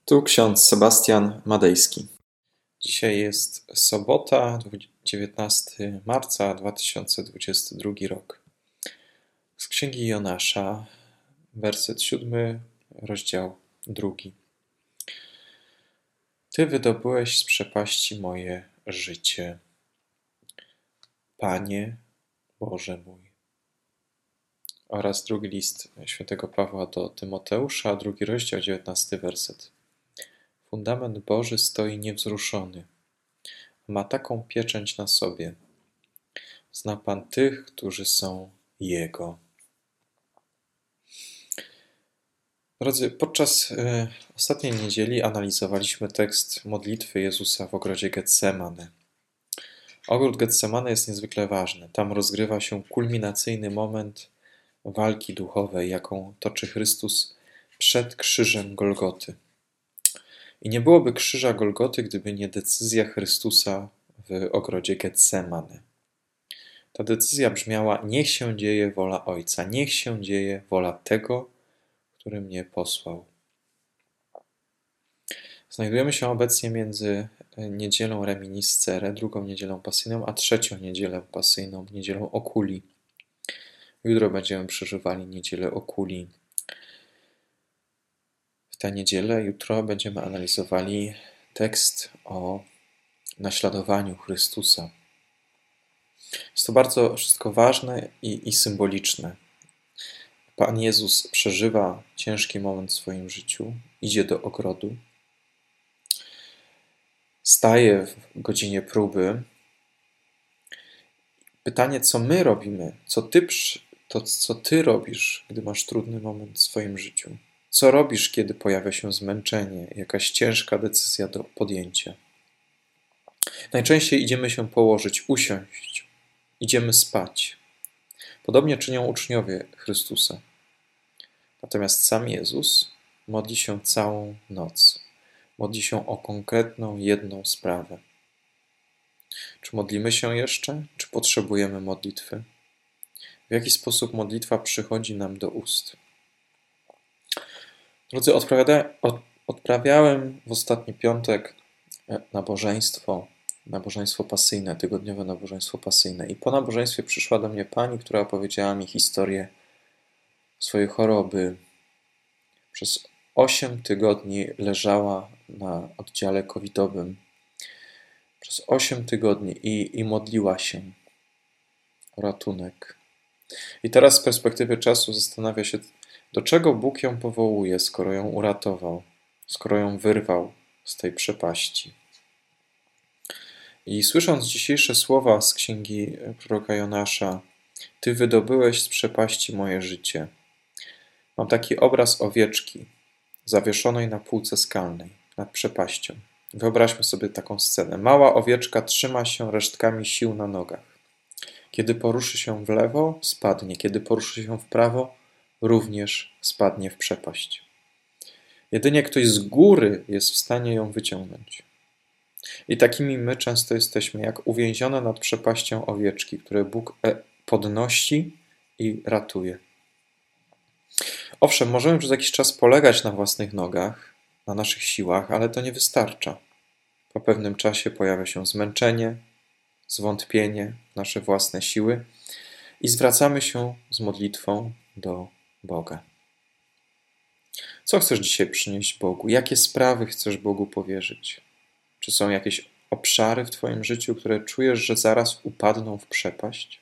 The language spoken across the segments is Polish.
Tu ksiądz Sebastian Madejski. Dzisiaj jest sobota, 19 marca 2022 rok. Z Księgi Jonasza, werset 7, rozdział 2. Ty wydobyłeś z przepaści moje życie, Panie Boże mój. Oraz drugi list świętego Pawła do Tymoteusza, 2 rozdział, 19 werset. Fundament Boży stoi niewzruszony. Ma taką pieczęć na sobie. Zna Pan tych, którzy są Jego. Drodzy, podczas ostatniej niedzieli analizowaliśmy tekst modlitwy Jezusa w ogrodzie Getsemane. Ogród Getsemane jest niezwykle ważny. Tam rozgrywa się kulminacyjny moment walki duchowej, jaką toczy Chrystus przed krzyżem Golgoty. I nie byłoby krzyża Golgoty, gdyby nie decyzja Chrystusa w ogrodzie Getsemane. Ta decyzja brzmiała: niech się dzieje wola Ojca, niech się dzieje wola tego, który mnie posłał. Znajdujemy się obecnie między niedzielą Reminiscere, drugą niedzielą pasyjną, a trzecią niedzielą pasyjną, niedzielą Okuli. Jutro będziemy przeżywali niedzielę Okuli. W tę niedzielę, jutro będziemy analizowali tekst o naśladowaniu Chrystusa. Jest to bardzo wszystko ważne i symboliczne. Pan Jezus przeżywa ciężki moment w swoim życiu, idzie do ogrodu, staje w godzinie próby. Pytanie, co my robimy, co ty robisz, gdy masz trudny moment w swoim życiu? Co robisz, kiedy pojawia się zmęczenie, jakaś ciężka decyzja do podjęcia? Najczęściej idziemy się położyć, usiąść, idziemy spać. Podobnie czynią uczniowie Chrystusa. Natomiast sam Jezus modli się całą noc. Modli się o konkretną, jedną sprawę. Czy modlimy się jeszcze? Czy potrzebujemy modlitwy? W jaki sposób modlitwa przychodzi nam do ust? Drodzy, odprawiałem w ostatni piątek nabożeństwo pasyjne, tygodniowe nabożeństwo pasyjne. I po nabożeństwie przyszła do mnie pani, która opowiedziała mi historię swojej choroby. Przez 8 tygodni leżała na oddziale covidowym. Przez 8 tygodni i modliła się o ratunek. I teraz z perspektywy czasu zastanawia się, do czego Bóg ją powołuje, skoro ją uratował, skoro ją wyrwał z tej przepaści. I słysząc dzisiejsze słowa z księgi proroka Jonasza, Ty wydobyłeś z przepaści moje życie. Mam taki obraz owieczki zawieszonej na półce skalnej nad przepaścią. Wyobraźmy sobie taką scenę. Mała owieczka trzyma się resztkami sił na nogach. Kiedy poruszy się w lewo, spadnie. Kiedy poruszy się w prawo, również spadnie w przepaść. Jedynie ktoś z góry jest w stanie ją wyciągnąć. I takimi my często jesteśmy, jak uwięzione nad przepaścią owieczki, które Bóg podnosi i ratuje. Owszem, możemy przez jakiś czas polegać na własnych nogach, na naszych siłach, ale to nie wystarcza. Po pewnym czasie pojawia się zmęczenie, zwątpienie w nasze własne siły i zwracamy się z modlitwą do Boga. Co chcesz dzisiaj przynieść Bogu? Jakie sprawy chcesz Bogu powierzyć? Czy są jakieś obszary w Twoim życiu, które czujesz, że zaraz upadną w przepaść?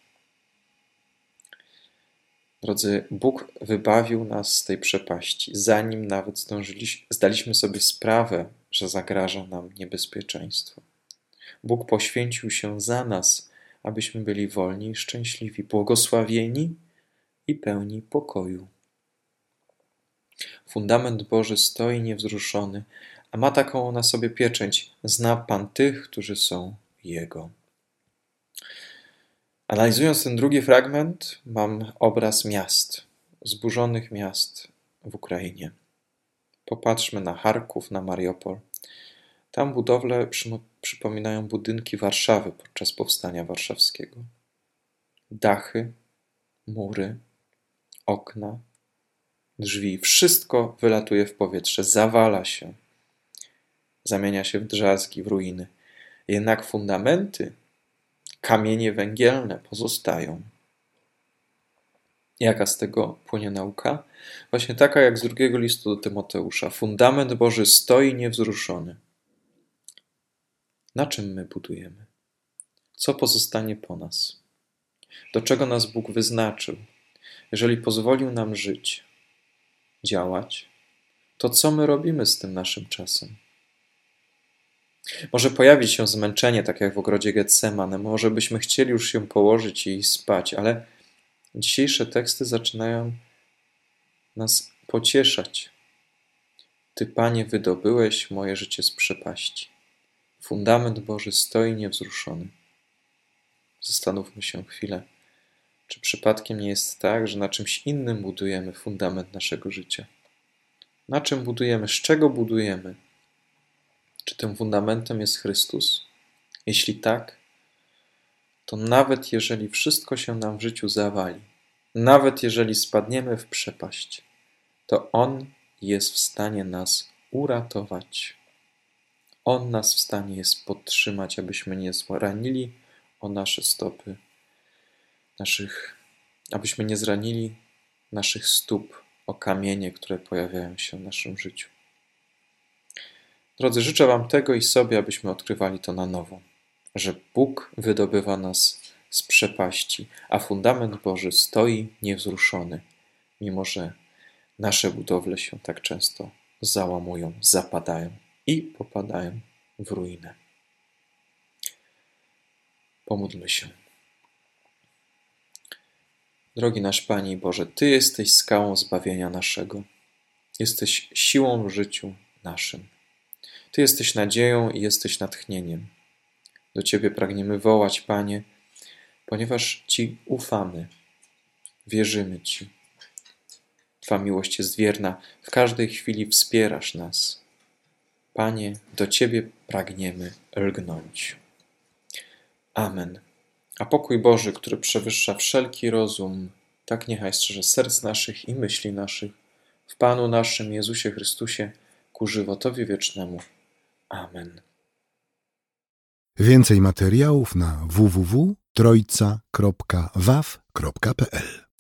Drodzy, Bóg wybawił nas z tej przepaści, zanim nawet zdaliśmy sobie sprawę, że zagraża nam niebezpieczeństwo. Bóg poświęcił się za nas, abyśmy byli wolni i szczęśliwi, błogosławieni i pełni pokoju. Fundament Boży stoi niewzruszony, a ma taką na sobie pieczęć. Zna Pan tych, którzy są Jego. Analizując ten drugi fragment, mam obraz miast, zburzonych miast w Ukrainie. Popatrzmy na Charków, na Mariupol. Tam budowle przypominają budynki Warszawy podczas powstania warszawskiego. Dachy, mury, okna, drzwi, wszystko wylatuje w powietrze, zawala się. zamienia się w drzazgi, w ruiny. Jednak fundamenty, kamienie węgielne pozostają. Jaka z tego płynie nauka? Właśnie taka jak z drugiego listu do Tymoteusza. Fundament Boży stoi niewzruszony. Na czym my budujemy? Co pozostanie po nas? Do czego nas Bóg wyznaczył? Jeżeli pozwolił nam żyć, działać, to co my robimy z tym naszym czasem? Może pojawić się zmęczenie, tak jak w ogrodzie Getsemane, może byśmy chcieli już się położyć i spać, ale dzisiejsze teksty zaczynają nas pocieszać. Ty, Panie, wydobyłeś moje życie z przepaści. Fundament Boży stoi niewzruszony. Zastanówmy się chwilę, czy przypadkiem nie jest tak, że na czymś innym budujemy fundament naszego życia? Na czym budujemy? Z czego budujemy? Czy tym fundamentem jest Chrystus? Jeśli tak, to nawet jeżeli wszystko się nam w życiu zawali, nawet jeżeli spadniemy w przepaść, to On jest w stanie nas uratować. On nas w stanie jest podtrzymać, abyśmy nie zranili o nasze stopy, abyśmy nie zranili naszych stóp o kamienie, które pojawiają się w naszym życiu. Drodzy, życzę Wam tego i sobie, abyśmy odkrywali to na nowo, że Bóg wydobywa nas z przepaści, a fundament Boży stoi niewzruszony, mimo że nasze budowle się tak często załamują, zapadają i popadają w ruinę. Pomódlmy się. Drogi nasz Panie i Boże, Ty jesteś skałą zbawienia naszego. Jesteś siłą w życiu naszym. Ty jesteś nadzieją i jesteś natchnieniem. Do Ciebie pragniemy wołać, Panie, ponieważ Ci ufamy, wierzymy Ci. Twa miłość jest wierna, w każdej chwili wspierasz nas. Panie, do Ciebie pragniemy lgnąć. Amen. A pokój Boży, który przewyższa wszelki rozum, tak niechaj strzeże serc naszych i myśli naszych w Panu naszym Jezusie Chrystusie ku żywotowi wiecznemu. Amen. Więcej materiałów na www.trojca.waw.pl